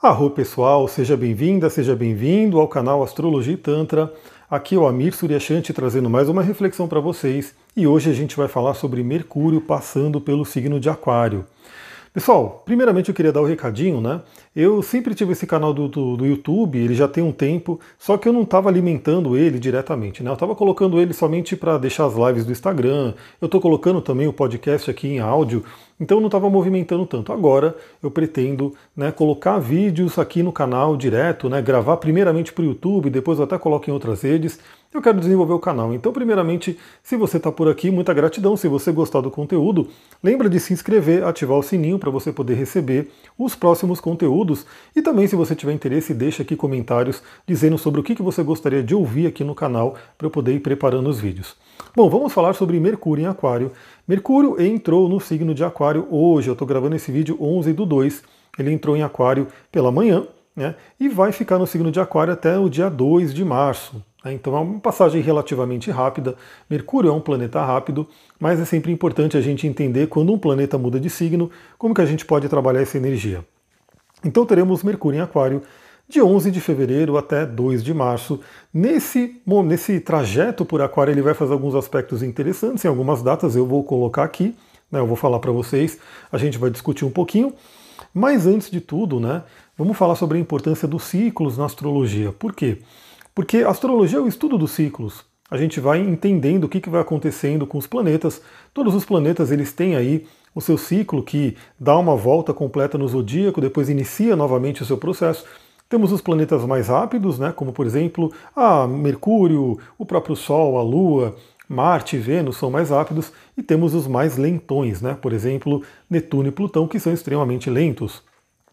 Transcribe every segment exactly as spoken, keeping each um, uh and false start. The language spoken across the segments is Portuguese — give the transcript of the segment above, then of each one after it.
Arro pessoal, seja bem-vinda, seja bem-vindo ao canal Astrologia e Tantra. Aqui é o Amir Suryashanti trazendo mais uma reflexão para vocês e hoje a gente vai falar sobre Mercúrio passando pelo signo de Aquário. Pessoal, primeiramente eu queria dar o um recadinho, né? Eu sempre tive esse canal do, do, do YouTube, ele já tem um tempo, só que eu não estava alimentando ele diretamente, né? Eu estava colocando ele somente para deixar as lives do Instagram, eu estou colocando também o podcast aqui em áudio, então eu não estava movimentando tanto. Agora eu pretendo, né, colocar vídeos aqui no canal direto, né, gravar primeiramente para o YouTube, depois eu até coloco em outras redes. Eu quero desenvolver o canal. Então, primeiramente, se você está por aqui, muita gratidão. Se você gostar do conteúdo, lembra de se inscrever, ativar o sininho para você poder receber os próximos conteúdos. E também, se você tiver interesse, deixa aqui comentários dizendo sobre o que você gostaria de ouvir aqui no canal para eu poder ir preparando os vídeos. Bom, vamos falar sobre Mercúrio em Aquário. Mercúrio entrou no signo de Aquário hoje. Eu estou gravando esse vídeo onze do dois. Ele entrou em Aquário pela manhã, né, e vai ficar no signo de Aquário até o dia dois de março. Então é uma passagem relativamente rápida. Mercúrio é um planeta rápido, mas é sempre importante a gente entender quando um planeta muda de signo, como que a gente pode trabalhar essa energia. Então teremos Mercúrio em Aquário de onze de fevereiro até dois de março. Nesse, nesse trajeto por Aquário ele vai fazer alguns aspectos interessantes, em algumas datas eu vou colocar aqui, né, eu vou falar para vocês, a gente vai discutir um pouquinho. Mas antes de tudo, né, vamos falar sobre a importância dos ciclos na astrologia. Por quê? Porque a astrologia é o estudo dos ciclos. A gente vai entendendo o que vai acontecendo com os planetas. Todos os planetas eles têm aí o seu ciclo que dá uma volta completa no zodíaco, depois inicia novamente o seu processo. Temos os planetas mais rápidos, né, como por exemplo a Mercúrio, o próprio Sol, a Lua, Marte e Vênus são mais rápidos, e temos os mais lentões, né, por exemplo Netuno e Plutão, que são extremamente lentos.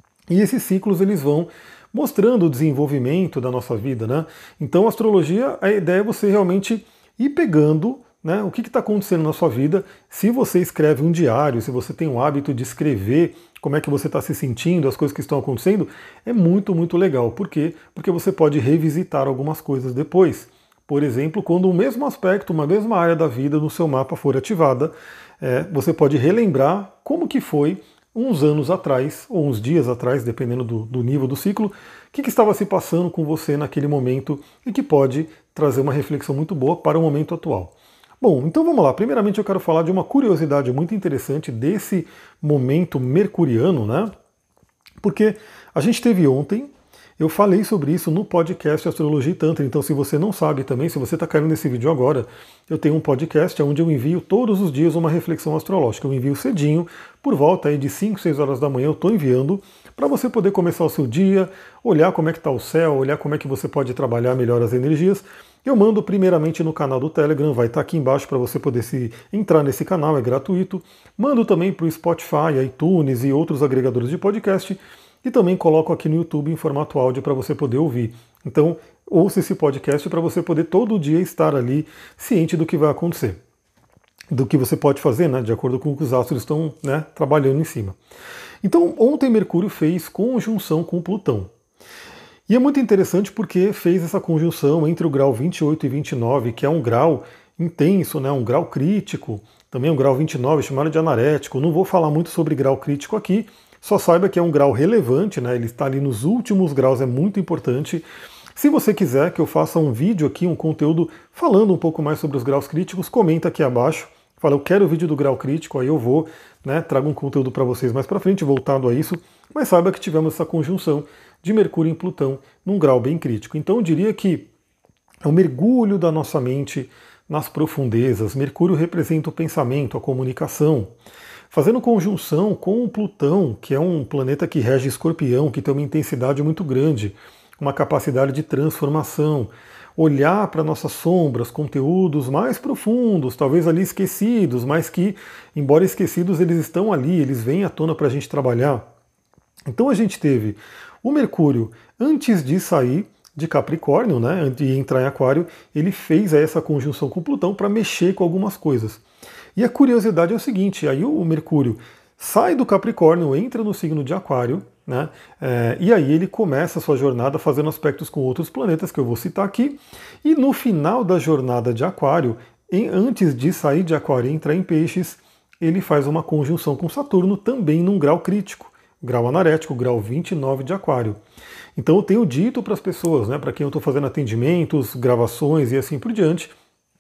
E esses ciclos eles vão mostrando o desenvolvimento da nossa vida, né? Então, a astrologia, a ideia é você realmente ir pegando, né, o que está acontecendo na sua vida. Se você escreve um diário, se você tem o hábito de escrever como é que você está se sentindo, as coisas que estão acontecendo, é muito, muito legal. Por quê? Porque você pode revisitar algumas coisas depois. Por exemplo, quando o mesmo aspecto, uma mesma área da vida no seu mapa for ativada, é, você pode relembrar como que foi uns anos atrás, ou uns dias atrás, dependendo do, do nível do ciclo, o que, que estava se passando com você naquele momento e que pode trazer uma reflexão muito boa para o momento atual. Bom, então vamos lá. Primeiramente eu quero falar de uma curiosidade muito interessante desse momento mercuriano, né? Porque a gente teve ontem, eu falei sobre isso no podcast Astrologia e Tantra, então se você não sabe também, se você está caindo nesse vídeo agora, eu tenho um podcast onde eu envio todos os dias uma reflexão astrológica. Eu envio cedinho, por volta aí de cinco, seis horas da manhã eu estou enviando, para você poder começar o seu dia, olhar como é que está o céu, olhar como é que você pode trabalhar melhor as energias. Eu mando primeiramente no canal do Telegram, vai estar aqui embaixo para você poder se entrar nesse canal, é gratuito. Mando também para o Spotify, iTunes e outros agregadores de podcast. E também coloco aqui no YouTube em formato áudio para você poder ouvir. Então, ouça esse podcast para você poder todo dia estar ali ciente do que vai acontecer. Do que você pode fazer, né, de acordo com o que os astros estão, né, trabalhando em cima. Então, ontem Mercúrio fez conjunção com Plutão. E é muito interessante porque fez essa conjunção entre o grau vinte e oito e vinte e nove, que é um grau intenso, né, um grau crítico, também um grau vinte e nove, chamado de anarético. Não vou falar muito sobre grau crítico aqui, só saiba que é um grau relevante, né? Ele está ali nos últimos graus, é muito importante. Se você quiser que eu faça um vídeo aqui, um conteúdo falando um pouco mais sobre os graus críticos, comenta aqui abaixo. Fala, eu quero o vídeo do grau crítico, aí eu vou, né, trago um conteúdo para vocês mais para frente, voltado a isso. Mas saiba que tivemos essa conjunção de Mercúrio em Plutão num grau bem crítico. Então eu diria que é o mergulho da nossa mente nas profundezas. Mercúrio representa o pensamento, a comunicação. Fazendo conjunção com o Plutão, que é um planeta que rege Escorpião, que tem uma intensidade muito grande, uma capacidade de transformação, olhar para nossas sombras, conteúdos mais profundos, talvez ali esquecidos, mas que, embora esquecidos, eles estão ali, eles vêm à tona para a gente trabalhar. Então a gente teve o Mercúrio, antes de sair de Capricórnio, né, antes de entrar em Aquário, ele fez essa conjunção com o Plutão para mexer com algumas coisas. E a curiosidade é o seguinte, aí o Mercúrio sai do Capricórnio, entra no signo de Aquário, né? É, e aí ele começa a sua jornada fazendo aspectos com outros planetas, que eu vou citar aqui, e no final da jornada de Aquário, em, antes de sair de Aquário e entrar em Peixes, ele faz uma conjunção com Saturno, também num grau crítico, grau anarético, grau vinte e nove de Aquário. Então eu tenho dito para as pessoas, né, para quem eu estou fazendo atendimentos, gravações e assim por diante,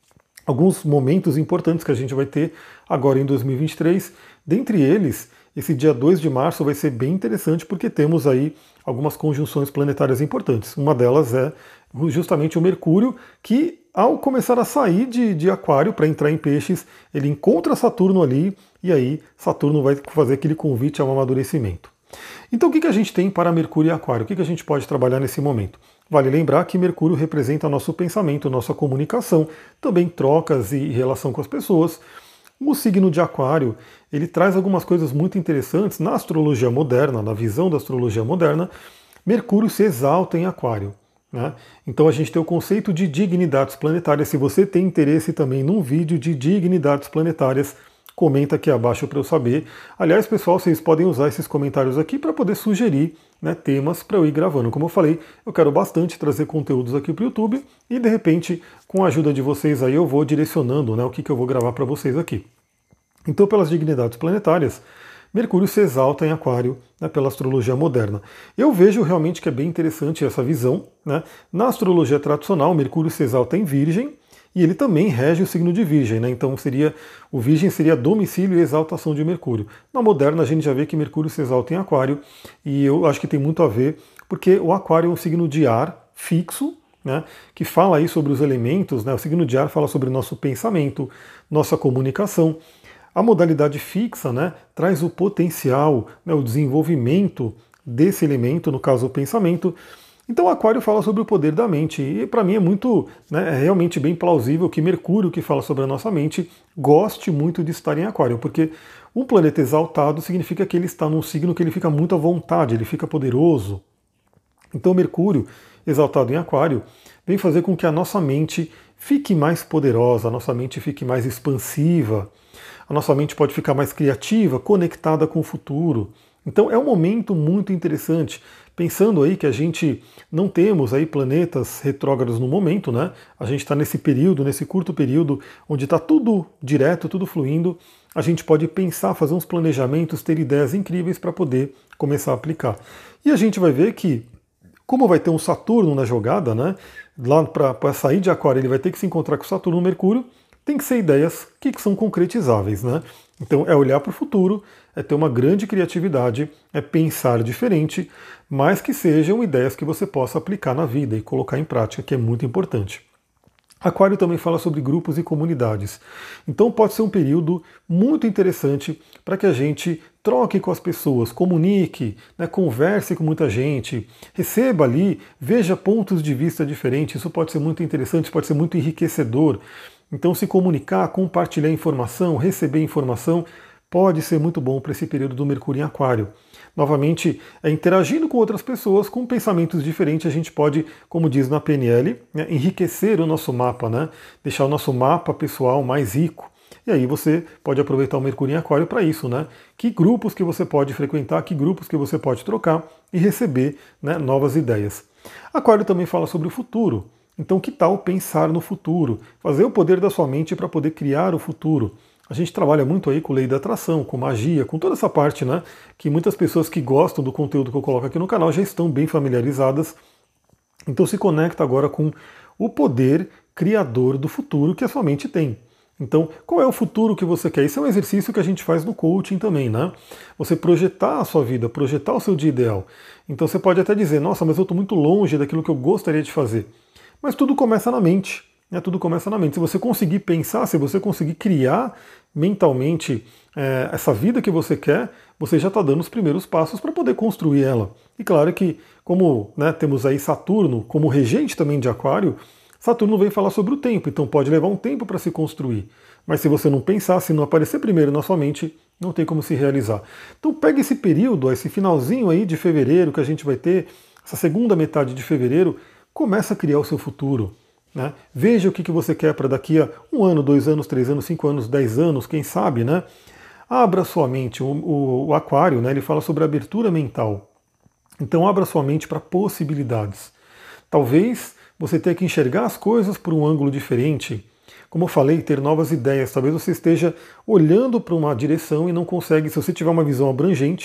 alguns momentos importantes que a gente vai ter agora em dois mil e vinte e três. Dentre eles, esse dia dois de março vai ser bem interessante porque temos aí algumas conjunções planetárias importantes. Uma delas é justamente o Mercúrio, que ao começar a sair de, de Aquário para entrar em Peixes, ele encontra Saturno ali e aí Saturno vai fazer aquele convite ao amadurecimento. Então o que, que a gente tem para Mercúrio e Aquário? O que, que a gente pode trabalhar nesse momento? Vale lembrar que Mercúrio representa nosso pensamento, nossa comunicação, também trocas e relação com as pessoas. O signo de Aquário, ele traz algumas coisas muito interessantes na astrologia moderna, na visão da astrologia moderna. Mercúrio se exalta em Aquário, né? Então a gente tem o conceito de dignidades planetárias. Se você tem interesse também num vídeo de dignidades planetárias, comenta aqui abaixo para eu saber. Aliás, pessoal, vocês podem usar esses comentários aqui para poder sugerir, né, temas para eu ir gravando. Como eu falei, eu quero bastante trazer conteúdos aqui para o YouTube e, de repente, com a ajuda de vocês aí, eu vou direcionando, né, o que, que eu vou gravar para vocês aqui. Então, pelas dignidades planetárias, Mercúrio se exalta em Aquário, né, pela astrologia moderna. Eu vejo realmente que é bem interessante essa visão, né? Na astrologia tradicional, Mercúrio se exalta em Virgem, e ele também rege o signo de Virgem, né? Então seria o Virgem seria domicílio e exaltação de Mercúrio. Na moderna a gente já vê que Mercúrio se exalta em Aquário e eu acho que tem muito a ver porque o Aquário é um signo de ar fixo, né? Que fala aí sobre os elementos, né? O signo de ar fala sobre nosso pensamento, nossa comunicação. A modalidade fixa, né, traz o potencial, né, o desenvolvimento desse elemento, no caso o pensamento. Então o Aquário fala sobre o poder da mente e para mim é muito, né, é realmente bem plausível que Mercúrio, que fala sobre a nossa mente, goste muito de estar em Aquário, porque um planeta exaltado significa que ele está num signo que ele fica muito à vontade, ele fica poderoso. Então Mercúrio, exaltado em Aquário, vem fazer com que a nossa mente fique mais poderosa, a nossa mente fique mais expansiva, a nossa mente pode ficar mais criativa, conectada com o futuro. Então é um momento muito interessante, pensando aí que a gente não temos aí planetas retrógrados no momento, né? A gente está nesse período, nesse curto período, onde está tudo direto, tudo fluindo. A gente pode pensar, fazer uns planejamentos, ter ideias incríveis para poder começar a aplicar. E a gente vai ver que, como vai ter um Saturno na jogada, né? Lá para sair de Aquário, ele vai ter que se encontrar com Saturno e Mercúrio. Tem que ser ideias que são concretizáveis, né? Então é olhar para o futuro, é ter uma grande criatividade, é pensar diferente, mas que sejam ideias que você possa aplicar na vida e colocar em prática, que é muito importante. Aquário também fala sobre grupos e comunidades. Então pode ser um período muito interessante para que a gente troque com as pessoas, comunique, né, converse com muita gente, receba ali, veja pontos de vista diferentes. Isso pode ser muito interessante, pode ser muito enriquecedor. Então se comunicar, compartilhar informação, receber informação, pode ser muito bom para esse período do Mercúrio em Aquário. Novamente, é interagindo com outras pessoas, com pensamentos diferentes, a gente pode, como diz na P N L, né, enriquecer o nosso mapa, né, deixar o nosso mapa pessoal mais rico. E aí você pode aproveitar o Mercúrio em Aquário para isso, né? Que grupos que você pode frequentar, que grupos que você pode trocar e receber, né, novas ideias. Aquário também fala sobre o futuro. Então, que tal pensar no futuro? Fazer o poder da sua mente para poder criar o futuro. A gente trabalha muito aí com lei da atração, com magia, com toda essa parte, né? Que muitas pessoas que gostam do conteúdo que eu coloco aqui no canal já estão bem familiarizadas. Então se conecta agora com o poder criador do futuro que a sua mente tem. Então, qual é o futuro que você quer? Isso é um exercício que a gente faz no coaching também, né? Você projetar a sua vida, projetar o seu dia ideal. Então você pode até dizer, nossa, mas eu estou muito longe daquilo que eu gostaria de fazer. Mas tudo começa na mente, né? Tudo começa na mente. Se você conseguir pensar, se você conseguir criar mentalmente é, essa vida que você quer, você já está dando os primeiros passos para poder construir ela. E claro que, como, né, temos aí Saturno como regente também de Aquário, Saturno vem falar sobre o tempo, então pode levar um tempo para se construir. Mas se você não pensar, se não aparecer primeiro na sua mente, não tem como se realizar. Então pega esse período, esse finalzinho aí de fevereiro que a gente vai ter, essa segunda metade de fevereiro, começa a criar o seu futuro. Né? Veja o que, que você quer para daqui a um ano, dois anos, três anos, cinco anos, dez anos, quem sabe, né? Abra sua mente. O, o, o Aquário, né, ele fala sobre abertura mental. Então abra sua mente para possibilidades. Talvez você tenha que enxergar as coisas por um ângulo diferente. Como eu falei, ter novas ideias. Talvez você esteja olhando para uma direção e não consegue. Se você tiver uma visão abrangente,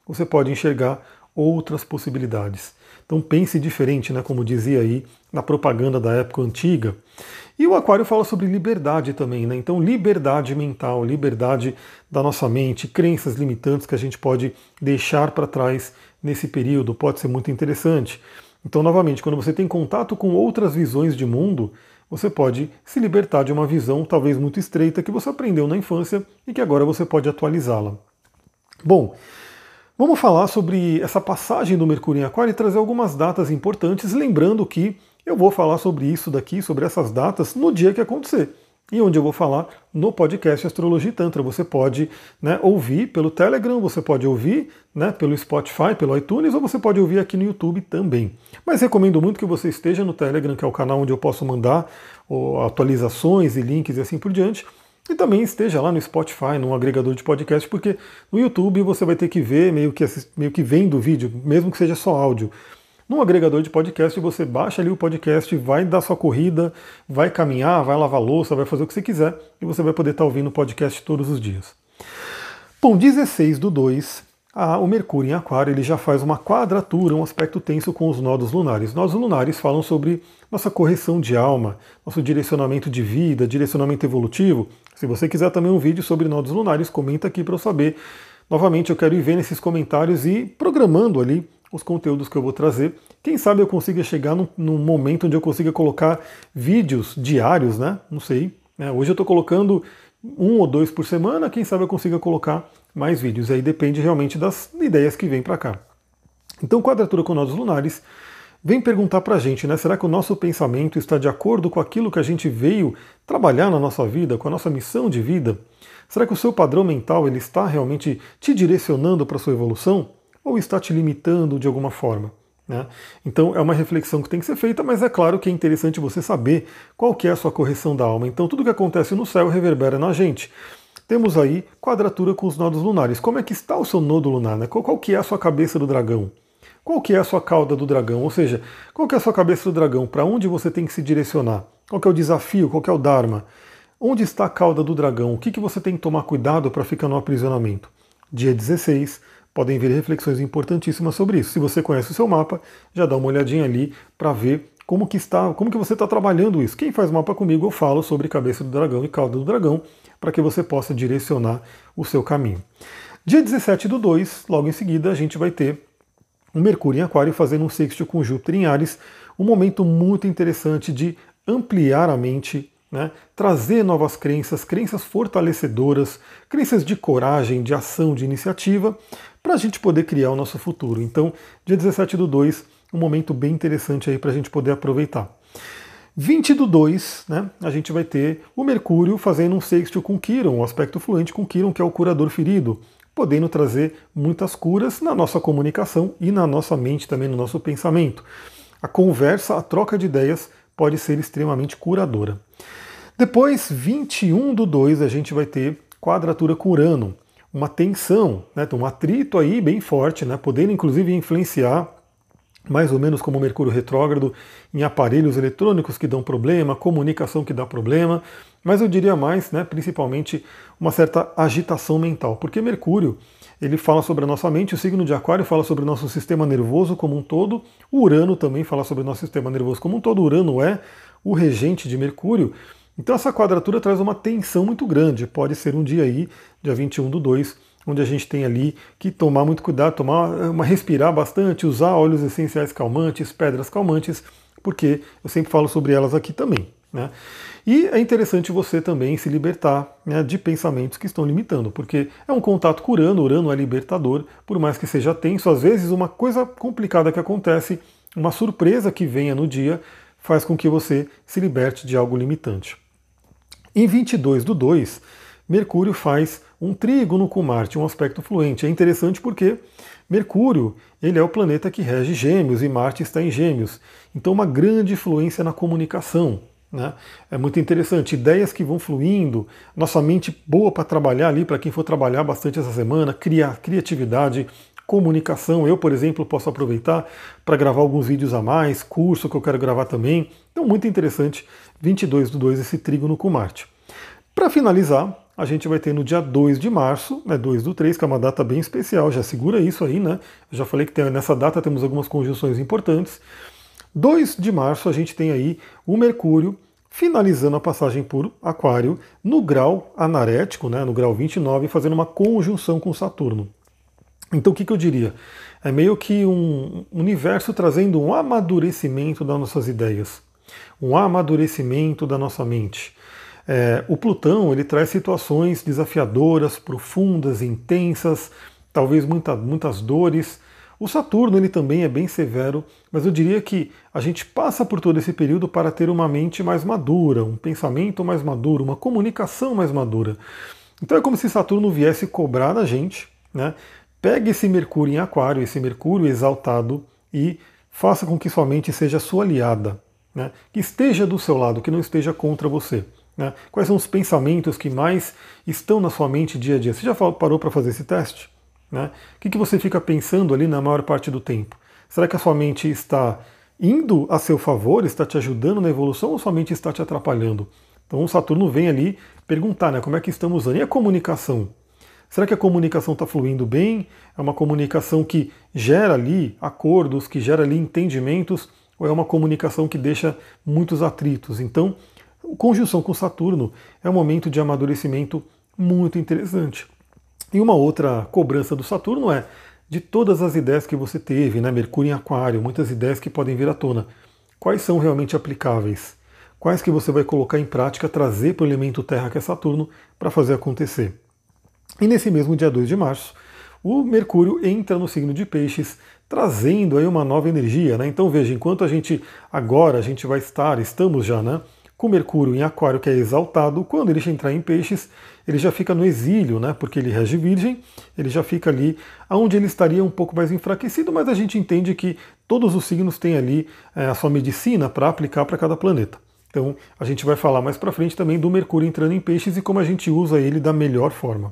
você pode enxergar outras possibilidades. Então pense diferente, né, como dizia aí na propaganda da época antiga. E o Aquário fala sobre liberdade também, né? Então liberdade mental, liberdade da nossa mente, crenças limitantes que a gente pode deixar para trás nesse período, pode ser muito interessante. Então, novamente, quando você tem contato com outras visões de mundo, você pode se libertar de uma visão talvez muito estreita que você aprendeu na infância e que agora você pode atualizá-la. Bom, vamos falar sobre essa passagem do Mercúrio em Aquário e trazer algumas datas importantes, lembrando que eu vou falar sobre isso daqui, sobre essas datas, no dia que acontecer. E onde eu vou falar no podcast Astrologia e Tantra. Você pode, né, ouvir pelo Telegram, você pode ouvir, né, pelo Spotify, pelo iTunes, ou você pode ouvir aqui no YouTube também. Mas recomendo muito que você esteja no Telegram, que é o canal onde eu posso mandar ó, atualizações e links e assim por diante. E também esteja lá no Spotify, no agregador de podcast, porque no YouTube você vai ter que ver meio que, meio que vendo o vídeo, mesmo que seja só áudio. Num agregador de podcast, você baixa ali o podcast, vai dar sua corrida, vai caminhar, vai lavar louça, vai fazer o que você quiser e você vai poder estar ouvindo o podcast todos os dias. Bom, dezesseis do dois, ah, o Mercúrio em Aquário ele já faz uma quadratura, um aspecto tenso com os nodos lunares. Nodos lunares falam sobre nossa correção de alma, nosso direcionamento de vida, direcionamento evolutivo. Se você quiser também um vídeo sobre nodos lunares, comenta aqui para eu saber. Novamente, eu quero ir ver nesses comentários e programando ali os conteúdos que eu vou trazer. Quem sabe eu consiga chegar num, num momento onde eu consiga colocar vídeos diários, né? Não sei. Né? Hoje eu estou colocando um ou dois por semana, quem sabe eu consiga colocar mais vídeos. Aí depende realmente das ideias que vêm para cá. Então, quadratura com nodos lunares vem perguntar para a gente, né? Será que o nosso pensamento está de acordo com aquilo que a gente veio trabalhar na nossa vida, com a nossa missão de vida? Será que o seu padrão mental ele está realmente te direcionando para a sua evolução? Ou está te limitando de alguma forma? Né? Então é uma reflexão que tem que ser feita, mas é claro que é interessante você saber qual que é a sua correção da alma. Então tudo que acontece no céu reverbera na gente. Temos aí quadratura com os nodos lunares. Como é que está o seu nodo lunar? Né? Qual, qual que é a sua cabeça do dragão? Qual que é a sua cauda do dragão? Ou seja, qual que é a sua cabeça do dragão? Para onde você tem que se direcionar? Qual que é o desafio? Qual que é o dharma? Onde está a cauda do dragão? O que, que você tem que tomar cuidado para ficar no aprisionamento? Dia dezesseis, podem vir reflexões importantíssimas sobre isso. Se você conhece o seu mapa, já dá uma olhadinha ali para ver como que está, como que você está trabalhando isso. Quem faz mapa comigo, eu falo sobre cabeça do dragão e cauda do dragão, para que você possa direcionar o seu caminho. Dia dezessete do dois, logo em seguida, a gente vai ter o Mercúrio em Aquário fazendo um sextil com Júpiter em Áries, um momento muito interessante de ampliar a mente, né, trazer novas crenças, crenças fortalecedoras, crenças de coragem, de ação, de iniciativa, para a gente poder criar o nosso futuro. Então, dia dezessete do dois, um momento bem interessante aí para a gente poder aproveitar. vinte do dois, né, a gente vai ter o Mercúrio fazendo um sextil com Quiron, um aspecto fluente com Quiron, que é o curador ferido, podendo trazer muitas curas na nossa comunicação e na nossa mente também, no nosso pensamento. A conversa, a troca de ideias pode ser extremamente curadora. Depois, vinte e um do dois, a gente vai ter quadratura com Urano, uma tensão, né, um atrito aí bem forte, né, podendo inclusive influenciar, mais ou menos como o Mercúrio retrógrado, em aparelhos eletrônicos que dão problema, comunicação que dá problema, mas eu diria mais, né, principalmente, uma certa agitação mental, porque Mercúrio ele fala sobre a nossa mente, o signo de Aquário fala sobre o nosso sistema nervoso como um todo, o Urano também fala sobre o nosso sistema nervoso como um todo, o Urano é o regente de Mercúrio. Então essa quadratura traz uma tensão muito grande. Pode ser um dia aí, dia vinte e um do dois, onde a gente tem ali que tomar muito cuidado, tomar uma respirar bastante, usar óleos essenciais calmantes, pedras calmantes, porque eu sempre falo sobre elas aqui também. Né? E é interessante você também se libertar, né, de pensamentos que estão limitando, porque é um contato com Urano, Urano é libertador, por mais que seja tenso, às vezes uma coisa complicada que acontece, uma surpresa que venha no dia, faz com que você se liberte de algo limitante. Em vinte e dois do dois, Mercúrio faz um trígono com Marte, um aspecto fluente. É interessante porque Mercúrio ele é o planeta que rege Gêmeos e Marte está em Gêmeos. Então uma grande influência na comunicação. Né? É muito interessante, ideias que vão fluindo, nossa mente boa para trabalhar ali, para quem for trabalhar bastante essa semana, criar criatividade, comunicação. Eu, por exemplo, posso aproveitar para gravar alguns vídeos a mais, curso que eu quero gravar também. Então muito interessante, vinte e dois do dois, esse trígono com Marte. Para finalizar, a gente vai ter no dia dois de março, né, dois do três, que é uma data bem especial, já segura isso aí, né? Eu já falei que tem, nessa data temos algumas conjunções importantes. dois de março a gente tem aí o Mercúrio finalizando a passagem por Aquário no grau anarético, né, no grau vinte e nove, fazendo uma conjunção com Saturno. Então o que, que eu diria? É meio que um universo trazendo um amadurecimento das nossas ideias, um amadurecimento da nossa mente. É, o Plutão ele traz situações desafiadoras, profundas, intensas, talvez muita, muitas dores. O Saturno ele também é bem severo, mas eu diria que a gente passa por todo esse período para ter uma mente mais madura, um pensamento mais maduro, uma comunicação mais madura. Então é como se Saturno viesse cobrar da gente, né? Pegue esse Mercúrio em Aquário, esse Mercúrio exaltado, e faça com que sua mente seja sua aliada, né? Que esteja do seu lado, que não esteja contra você. Né? Quais são os pensamentos que mais estão na sua mente dia a dia? Você já parou para fazer esse teste? Né? O que, que você fica pensando ali na maior parte do tempo? Será que a sua mente está indo a seu favor, está te ajudando na evolução, ou sua mente está te atrapalhando? Então o Saturno vem ali perguntar, né, como é que estamos usando. E a comunicação? Será que a comunicação está fluindo bem? É uma comunicação que gera ali acordos, que gera ali entendimentos, ou é uma comunicação que deixa muitos atritos? Então, a conjunção com Saturno é um momento de amadurecimento muito interessante. E uma outra cobrança do Saturno é de todas as ideias que você teve, né? Mercúrio em Aquário, muitas ideias que podem vir à tona. Quais são realmente aplicáveis? Quais que você vai colocar em prática, trazer para o elemento Terra, que é Saturno, para fazer acontecer? E nesse mesmo dia dois de março, o Mercúrio entra no signo de Peixes, trazendo aí uma nova energia, né? Então veja, enquanto a gente agora a gente vai estar, estamos já, né, com Mercúrio em Aquário, que é exaltado, quando ele entrar em Peixes, ele já fica no exílio, né? Porque ele rege Virgem, ele já fica ali onde ele estaria um pouco mais enfraquecido, mas a gente entende que todos os signos têm ali é, a sua medicina para aplicar para cada planeta. Então a gente vai falar mais para frente também do Mercúrio entrando em Peixes e como a gente usa ele da melhor forma.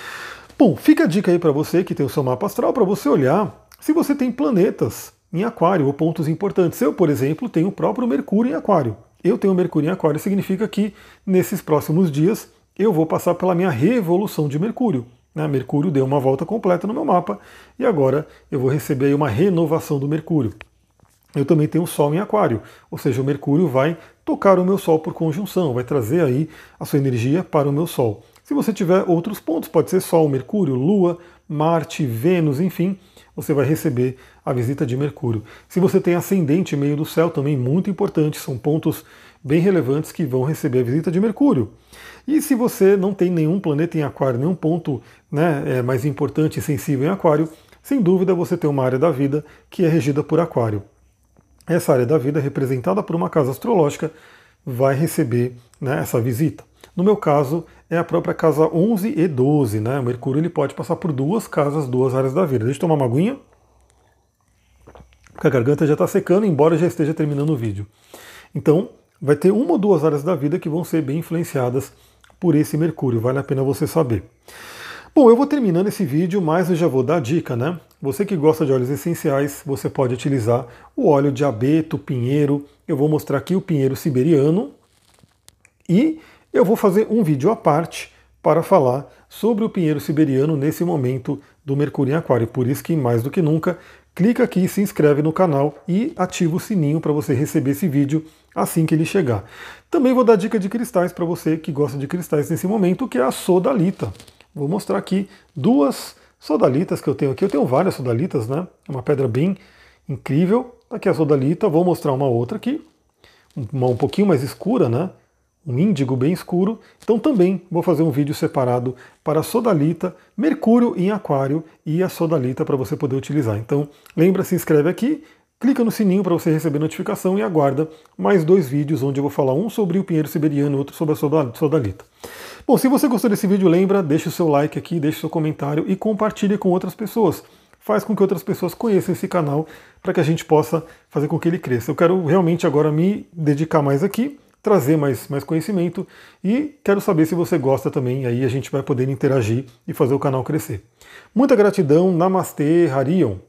Bom, fica a dica aí para você que tem o seu mapa astral, para você olhar se você tem planetas em Aquário ou pontos importantes. Eu, por exemplo, tenho o próprio Mercúrio em Aquário. Eu tenho Mercúrio em Aquário, significa que nesses próximos dias eu vou passar pela minha revolução de Mercúrio. Né? Mercúrio deu uma volta completa no meu mapa e agora eu vou receber aí uma renovação do Mercúrio. Eu também tenho o Sol em Aquário, ou seja, o Mercúrio vai tocar o meu Sol por conjunção, vai trazer aí a sua energia para o meu Sol. Se você tiver outros pontos, pode ser Sol, Mercúrio, Lua, Marte, Vênus, enfim, você vai receber a visita de Mercúrio. Se você tem ascendente meio do céu, também muito importante, são pontos bem relevantes que vão receber a visita de Mercúrio. E se você não tem nenhum planeta em Aquário, nenhum ponto, né, é, mais importante e sensível em Aquário, sem dúvida você tem uma área da vida que é regida por Aquário. Essa área da vida, representada por uma casa astrológica, vai receber, né, essa visita. No meu caso, é a própria casa onze e doze. Né? O Mercúrio ele pode passar por duas casas, duas áreas da vida. Deixa eu tomar uma aguinha, porque a garganta já está secando, embora já esteja terminando o vídeo. Então, vai ter uma ou duas áreas da vida que vão ser bem influenciadas por esse Mercúrio. Vale a pena você saber. Bom, eu vou terminando esse vídeo, mas eu já vou dar a dica, né? Você que gosta de óleos essenciais, você pode utilizar o óleo de abeto, pinheiro. Eu vou mostrar aqui o pinheiro siberiano e eu vou fazer um vídeo à parte para falar sobre o pinheiro siberiano nesse momento do Mercúrio em Aquário. Por isso que, mais do que nunca, clica aqui, se inscreve no canal e ativa o sininho para você receber esse vídeo assim que ele chegar. Também vou dar dica de cristais para você que gosta de cristais nesse momento, que é a sodalita. Vou mostrar aqui duas sodalitas que eu tenho aqui. Eu tenho várias sodalitas, né? É uma pedra bem incrível. Aqui é a sodalita. Vou mostrar uma outra aqui, uma um pouquinho mais escura, né? Um índigo bem escuro. Então também vou fazer um vídeo separado para a sodalita, Mercúrio em Aquário e a sodalita para você poder utilizar. Então lembra, se inscreve aqui, clica no sininho para você receber notificação e aguarda mais dois vídeos onde eu vou falar um sobre o pinheiro siberiano e outro sobre a sodalita. Bom, se você gostou desse vídeo, lembra, deixa o seu like aqui, deixa o seu comentário e compartilhe com outras pessoas. Faz com que outras pessoas conheçam esse canal para que a gente possa fazer com que ele cresça. Eu quero realmente agora me dedicar mais aqui, trazer mais, mais conhecimento e quero saber se você gosta também, aí a gente vai poder interagir e fazer o canal crescer. Muita gratidão, Namastê, Harion.